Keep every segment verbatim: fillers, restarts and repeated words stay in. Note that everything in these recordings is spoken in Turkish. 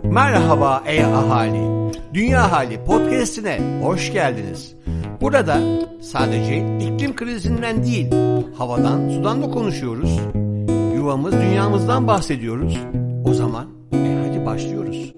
Merhaba ey ahali, Dünya Hali Podcast'ine hoş geldiniz. Burada sadece iklim krizinden değil, havadan, sudan da konuşuyoruz. Yuvamız, dünyamızdan bahsediyoruz. O zaman e hadi başlıyoruz.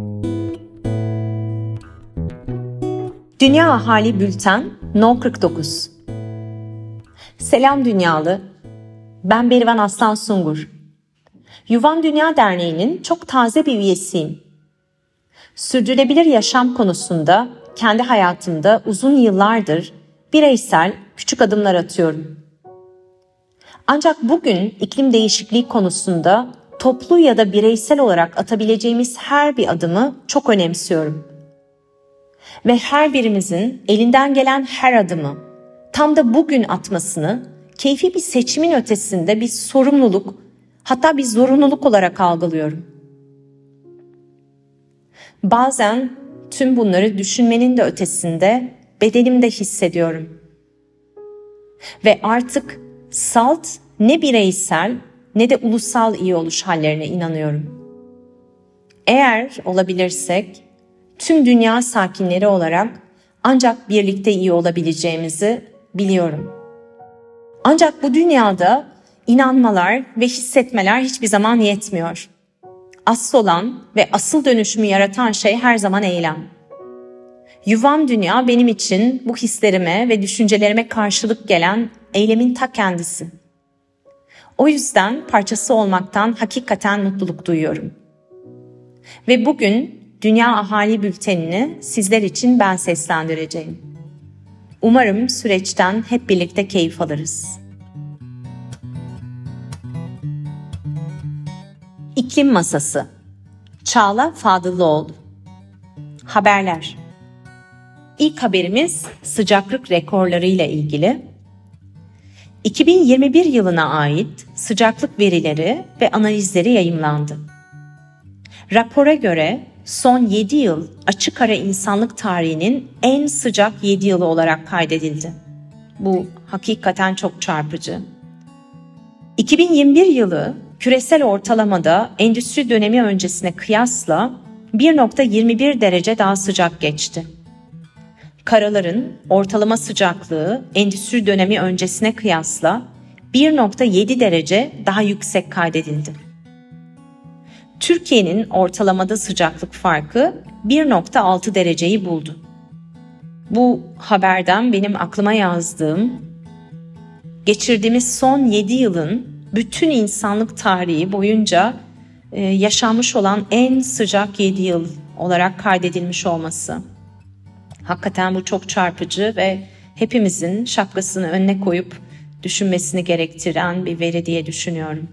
Dünya Ahali Bülten No kırk dokuz. Selam dünyalı, ben Berivan Aslan Sungur. Yuvam Dünya Derneği'nin çok taze bir üyesiyim. Sürdürülebilir yaşam konusunda kendi hayatımda uzun yıllardır bireysel küçük adımlar atıyorum. Ancak bugün iklim değişikliği konusunda toplu ya da bireysel olarak atabileceğimiz her bir adımı çok önemsiyorum. Ve her birimizin elinden gelen her adımı tam da bugün atmasını keyfi bir seçimin ötesinde bir sorumluluk, hatta bir zorunluluk olarak algılıyorum. Bazen tüm bunları düşünmenin de ötesinde bedenimde hissediyorum. Ve artık salt ne bireysel ne de ulusal iyi oluş hallerine inanıyorum. Eğer olabilirsek tüm dünya sakinleri olarak ancak birlikte iyi olabileceğimizi biliyorum. Ancak bu dünyada inanmalar ve hissetmeler hiçbir zaman yetmiyor. Asıl olan ve asıl dönüşümü yaratan şey her zaman eylem. Yuvam Dünya benim için bu hislerime ve düşüncelerime karşılık gelen eylemin ta kendisi. O yüzden parçası olmaktan hakikaten mutluluk duyuyorum. Ve bugün Dünya Ahali Bülteni'ni sizler için ben seslendireceğim. Umarım süreçten hep birlikte keyif alırız. İklim Masası. Çağla Fadıllıoğlu. Haberler. İlk haberimiz sıcaklık rekorlarıyla ilgili. iki bin yirmi bir yılına ait sıcaklık verileri ve analizleri yayımlandı. Rapora göre son yedi yıl açık ara insanlık tarihinin en sıcak yedi yılı olarak kaydedildi. Bu hakikaten çok çarpıcı. iki bin yirmi bir yılı küresel ortalamada endüstri dönemi öncesine kıyasla bir virgül yirmi bir derece daha sıcak geçti. Karaların ortalama sıcaklığı endüstri dönemi öncesine kıyasla bir virgül yedi derece daha yüksek kaydedildi. Türkiye'nin ortalamada sıcaklık farkı bir virgül altı dereceyi buldu. Bu haberden benim aklıma yazdığım, geçirdiğimiz son yedi yılın bütün insanlık tarihi boyunca e, yaşanmış olan en sıcak yedi yıl olarak kaydedilmiş olması. Hakikaten bu çok çarpıcı ve hepimizin şapkasını önüne koyup düşünmesini gerektiren bir veri diye düşünüyorum.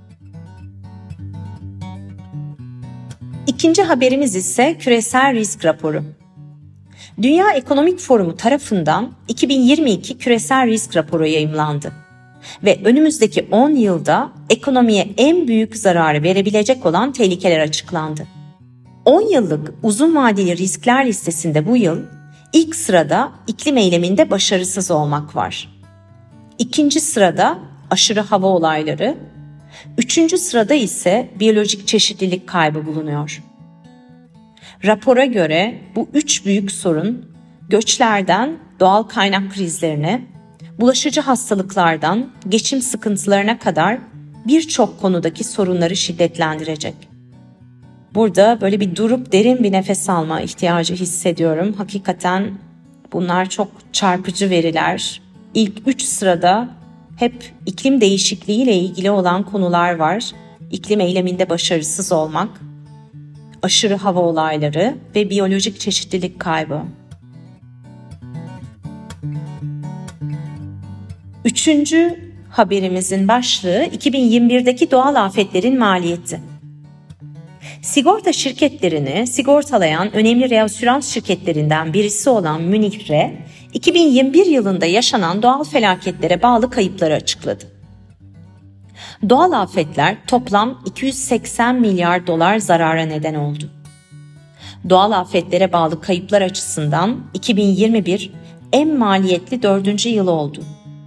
İkinci haberimiz ise küresel risk raporu. Dünya Ekonomik Forumu tarafından iki bin yirmi iki küresel risk raporu yayımlandı. Ve önümüzdeki on yılda ekonomiye en büyük zararı verebilecek olan tehlikeler açıklandı. on yıllık uzun vadeli riskler listesinde bu yıl ilk sırada iklim eyleminde başarısız olmak var. İkinci sırada aşırı hava olayları, üçüncü sırada ise biyolojik çeşitlilik kaybı bulunuyor. Rapora göre bu üç büyük sorun göçlerden doğal kaynak krizlerine, bulaşıcı hastalıklardan geçim sıkıntılarına kadar birçok konudaki sorunları şiddetlendirecek. Burada böyle bir durup derin bir nefes alma ihtiyacı hissediyorum. Hakikaten bunlar çok çarpıcı veriler. İlk üç sırada hep iklim değişikliği ile ilgili olan konular var. İklim eyleminde başarısız olmak, aşırı hava olayları ve biyolojik çeşitlilik kaybı. Üçüncü haberimizin başlığı iki bin yirmi birdeki doğal afetlerin maliyeti. Sigorta şirketlerini sigortalayan önemli reasürans şirketlerinden birisi olan Munich Re, iki bin yirmi bir yılında yaşanan doğal felaketlere bağlı kayıpları açıkladı. Doğal afetler toplam iki yüz seksen milyar dolar zarara neden oldu. Doğal afetlere bağlı kayıplar açısından iki bin yirmi bir en maliyetli dördüncü yıl oldu.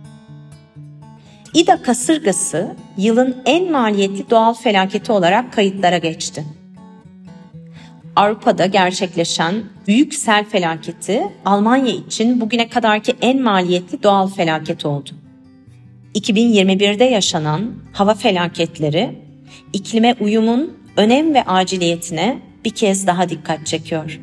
İda kasırgası yılın en maliyetli doğal felaketi olarak kayıtlara geçti. Avrupa'da gerçekleşen büyük sel felaketi Almanya için bugüne kadarki en maliyetli doğal felaket oldu. iki bin yirmi birde yaşanan hava felaketleri iklime uyumun önem ve aciliyetine bir kez daha dikkat çekiyor.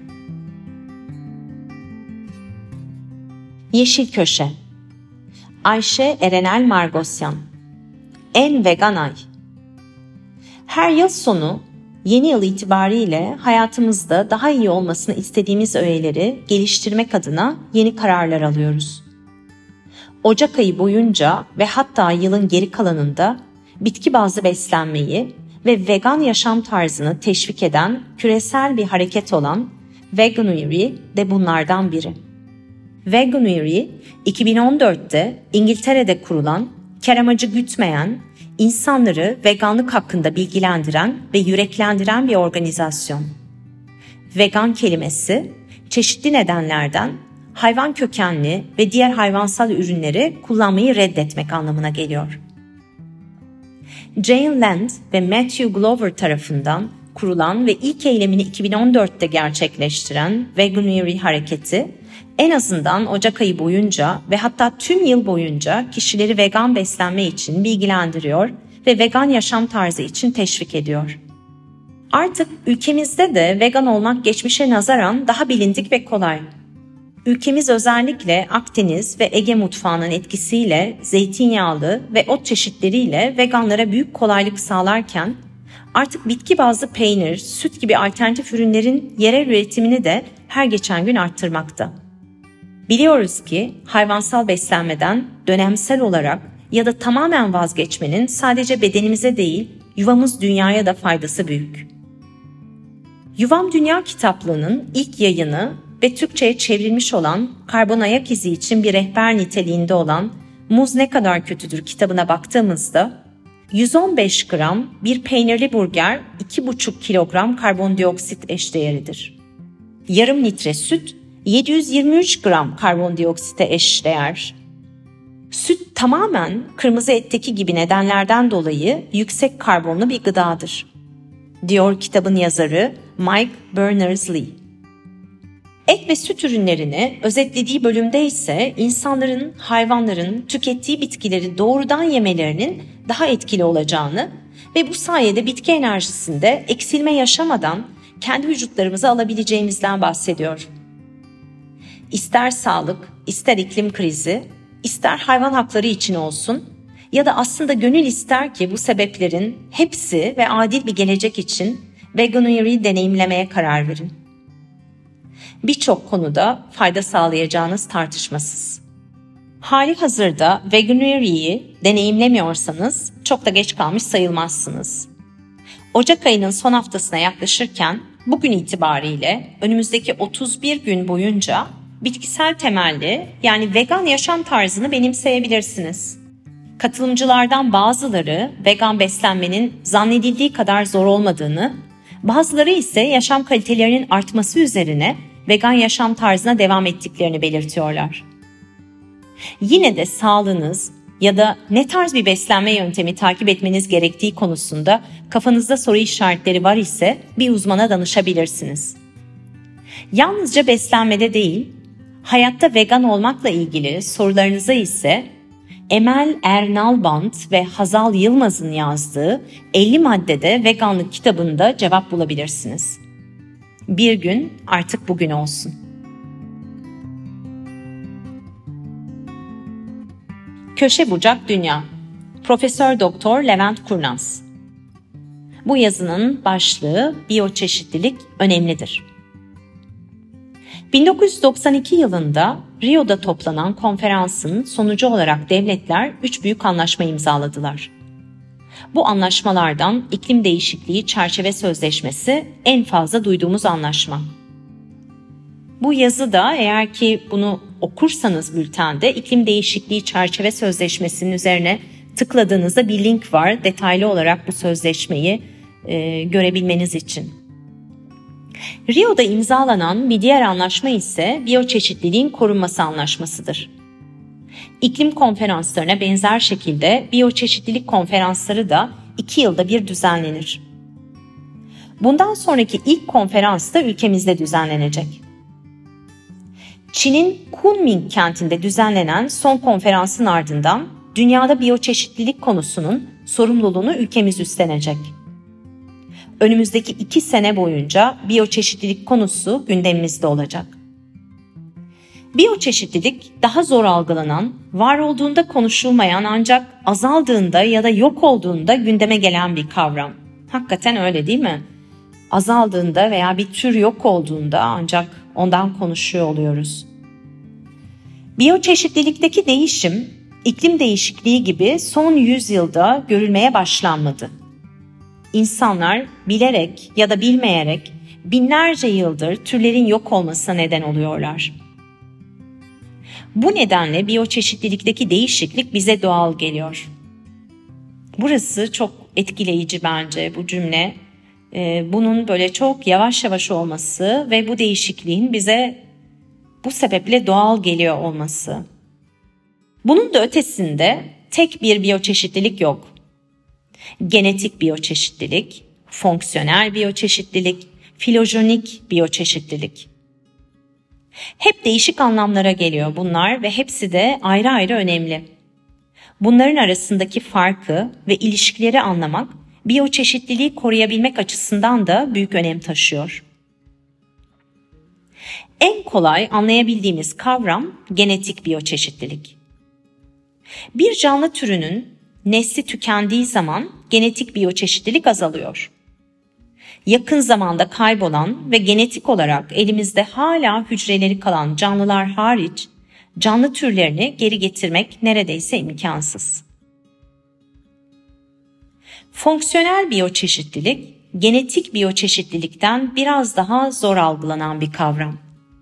Yeşil Köşe. Ayşe Erenel Margosyan. En vegan ay. Her yıl sonu yeni yıl itibariyle hayatımızda daha iyi olmasını istediğimiz öğeleri geliştirmek adına yeni kararlar alıyoruz. Ocak ayı boyunca ve hatta yılın geri kalanında bitki bazlı beslenmeyi ve vegan yaşam tarzını teşvik eden küresel bir hareket olan Veganuary de bunlardan biri. Veganuary, iki bin on dörtte İngiltere'de kurulan, kar amacı gütmeyen, insanları veganlık hakkında bilgilendiren ve yüreklendiren bir organizasyon. Vegan kelimesi, çeşitli nedenlerden hayvan kökenli ve diğer hayvansal ürünleri kullanmayı reddetmek anlamına geliyor. Jane Land ve Matthew Glover tarafından kurulan ve ilk eylemini iki bin on dörtte gerçekleştiren Veganuary hareketi, en azından Ocak ayı boyunca ve hatta tüm yıl boyunca kişileri vegan beslenme için bilgilendiriyor ve vegan yaşam tarzı için teşvik ediyor. Artık ülkemizde de vegan olmak geçmişe nazaran daha bilindik ve kolay. Ülkemiz özellikle Akdeniz ve Ege mutfağının etkisiyle zeytinyağlı ve ot çeşitleriyle veganlara büyük kolaylık sağlarken, artık bitki bazlı peynir, süt gibi alternatif ürünlerin yerel üretimini de her geçen gün arttırmakta. Biliyoruz ki hayvansal beslenmeden dönemsel olarak ya da tamamen vazgeçmenin sadece bedenimize değil, yuvamız dünyaya da faydası büyük. Yuvam Dünya kitaplığının ilk yayını ve Türkçe'ye çevrilmiş olan Karbon Ayak İzi için bir rehber niteliğinde olan Muz Ne Kadar Kötüdür kitabına baktığımızda yüz on beş gram bir peynirli burger iki buçuk kilogram karbondioksit eşdeğeridir. Yarım litre süt yedi yüz yirmi üç gram karbondioksite eşdeğer. Süt tamamen kırmızı etteki gibi nedenlerden dolayı yüksek karbonlu bir gıdadır, diyor kitabın yazarı Mike Berners-Lee. Et ve süt ürünlerini özetlediği bölümde ise insanların, hayvanların tükettiği bitkileri doğrudan yemelerinin daha etkili olacağını ve bu sayede bitki enerjisinde eksilme yaşamadan kendi vücutlarımıza alabileceğimizden bahsediyor. İster sağlık, ister iklim krizi, ister hayvan hakları için olsun ya da aslında gönül ister ki bu sebeplerin hepsi ve adil bir gelecek için Veganuary'i deneyimlemeye karar verin. Birçok konuda fayda sağlayacağınız tartışmasız. Hali hazırda Veganuary'i deneyimlemiyorsanız çok da geç kalmış sayılmazsınız. Ocak ayının son haftasına yaklaşırken bugün itibariyle önümüzdeki otuz bir gün boyunca bitkisel temelli yani vegan yaşam tarzını benimseyebilirsiniz. Katılımcılardan bazıları vegan beslenmenin zannedildiği kadar zor olmadığını, bazıları ise yaşam kalitelerinin artması üzerine vegan yaşam tarzına devam ettiklerini belirtiyorlar. Yine de sağlığınız ya da ne tarz bir beslenme yöntemi takip etmeniz gerektiği konusunda kafanızda soru işaretleri var ise bir uzmana danışabilirsiniz. Yalnızca beslenmede değil, hayatta vegan olmakla ilgili sorularınıza ise Emel Ernalbant ve Hazal Yılmaz'ın yazdığı elli maddede veganlık kitabında cevap bulabilirsiniz. Bir gün artık bugün olsun. Köşe Bucak Dünya. Profesör Doktor Levent Kurnaz. Bu yazının başlığı biyoçeşitlilik önemlidir. bin dokuz yüz doksan iki yılında Rio'da toplanan konferansın sonucu olarak devletler üç büyük anlaşma imzaladılar. Bu anlaşmalardan iklim değişikliği çerçeve sözleşmesi en fazla duyduğumuz anlaşma. Bu yazıda eğer ki bunu okursanız bültende iklim değişikliği çerçeve sözleşmesinin üzerine tıkladığınızda bir link var detaylı olarak bu sözleşmeyi e, görebilmeniz için. Rio'da imzalanan bir diğer anlaşma ise biyoçeşitliliğin korunması anlaşmasıdır. İklim konferanslarına benzer şekilde biyoçeşitlilik konferansları da iki yılda bir düzenlenir. Bundan sonraki ilk konferans da ülkemizde düzenlenecek. Çin'in Kunming kentinde düzenlenen son konferansın ardından dünyada biyoçeşitlilik konusunun sorumluluğunu ülkemiz üstlenecek. Önümüzdeki iki sene boyunca biyoçeşitlilik konusu gündemimizde olacak. Biyoçeşitlilik daha zor algılanan, var olduğunda konuşulmayan ancak azaldığında ya da yok olduğunda gündeme gelen bir kavram. Hakikaten öyle değil mi? Azaldığında veya bir tür yok olduğunda ancak ondan konuşuyor oluyoruz. Biyoçeşitlilikteki değişim, iklim değişikliği gibi son yüzyılda görülmeye başlanmadı. İnsanlar bilerek ya da bilmeyerek binlerce yıldır türlerin yok olmasına neden oluyorlar. Bu nedenle biyoçeşitlilikteki değişiklik bize doğal geliyor. Burası çok etkileyici bence bu cümle. Bunun böyle çok yavaş yavaş olması ve bu değişikliğin bize bu sebeple doğal geliyor olması. Bunun da ötesinde tek bir biyoçeşitlilik yok. Genetik biyoçeşitlilik, fonksiyonel biyoçeşitlilik, filojenik biyoçeşitlilik. Hep değişik anlamlara geliyor bunlar ve hepsi de ayrı ayrı önemli. Bunların arasındaki farkı ve ilişkileri anlamak, biyoçeşitliliği koruyabilmek açısından da büyük önem taşıyor. En kolay anlayabildiğimiz kavram genetik biyoçeşitlilik. Bir canlı türünün nesli tükendiği zaman genetik biyoçeşitlilik azalıyor. Yakın zamanda kaybolan ve genetik olarak elimizde hala hücreleri kalan canlılar hariç canlı türlerini geri getirmek neredeyse imkansız. Fonksiyonel biyoçeşitlilik, genetik biyoçeşitlilikten biraz daha zor algılanan bir kavram.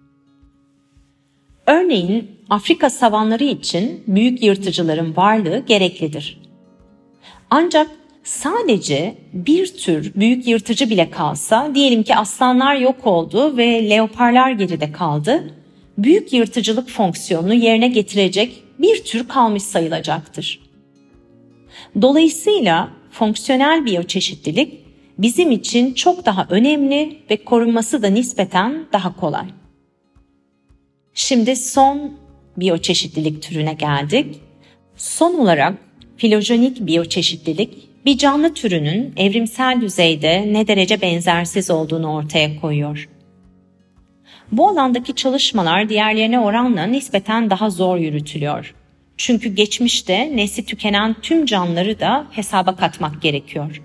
Örneğin Afrika savanları için büyük yırtıcıların varlığı gereklidir. Ancak sadece bir tür büyük yırtıcı bile kalsa, diyelim ki aslanlar yok oldu ve leoparlar geride kaldı, büyük yırtıcılık fonksiyonunu yerine getirecek bir tür kalmış sayılacaktır. Dolayısıyla fonksiyonel biyoçeşitlilik bizim için çok daha önemli ve korunması da nispeten daha kolay. Şimdi son biyoçeşitlilik türüne geldik. Son olarak filojenik biyoçeşitlilik bir canlı türünün evrimsel düzeyde ne derece benzersiz olduğunu ortaya koyuyor. Bu alandaki çalışmalar diğerlerine oranla nispeten daha zor yürütülüyor. Çünkü geçmişte nesli tükenen tüm canlıları da hesaba katmak gerekiyor.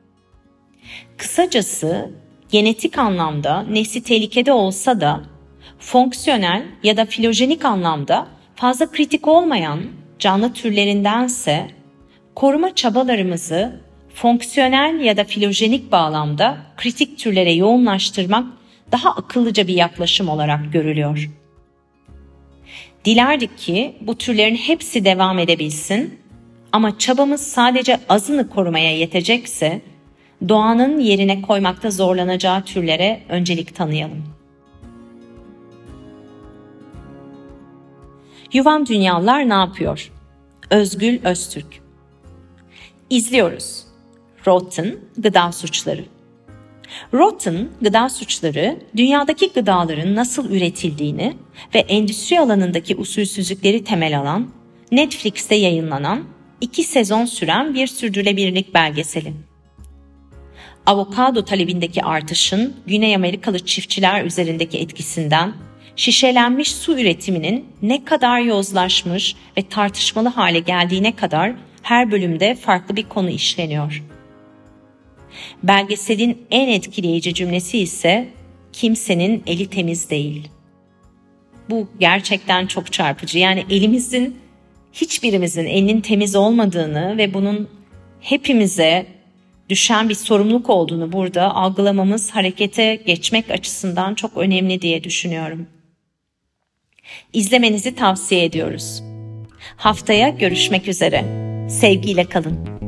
Kısacası genetik anlamda nesli tehlikede olsa da fonksiyonel ya da filojenik anlamda fazla kritik olmayan canlı türlerindense koruma çabalarımızı fonksiyonel ya da filojenik bağlamda kritik türlere yoğunlaştırmak daha akıllıca bir yaklaşım olarak görülüyor. Dilerdik ki bu türlerin hepsi devam edebilsin ama çabamız sadece azını korumaya yetecekse doğanın yerine koymakta zorlanacağı türlere öncelik tanıyalım. Yuvam Dünyalılar ne yapıyor? Özgül Öztürk. İzliyoruz. Rotten Gıda Suçları. Rotten Gıda Suçları, dünyadaki gıdaların nasıl üretildiğini ve endüstri alanındaki usulsüzlükleri temel alan, Netflix'te yayınlanan, iki sezon süren bir sürdürülebilirlik belgeseli. Avokado talebindeki artışın Güney Amerikalı çiftçiler üzerindeki etkisinden, şişelenmiş su üretiminin ne kadar yozlaşmış ve tartışmalı hale geldiğine kadar her bölümde farklı bir konu işleniyor. Belgeselin en etkileyici cümlesi ise kimsenin eli temiz değil. Bu gerçekten çok çarpıcı. Yani elimizin, hiçbirimizin elinin temiz olmadığını ve bunun hepimize düşen bir sorumluluk olduğunu burada algılamamız harekete geçmek açısından çok önemli diye düşünüyorum. İzlemenizi tavsiye ediyoruz. Haftaya görüşmek üzere. Sevgiyle kalın.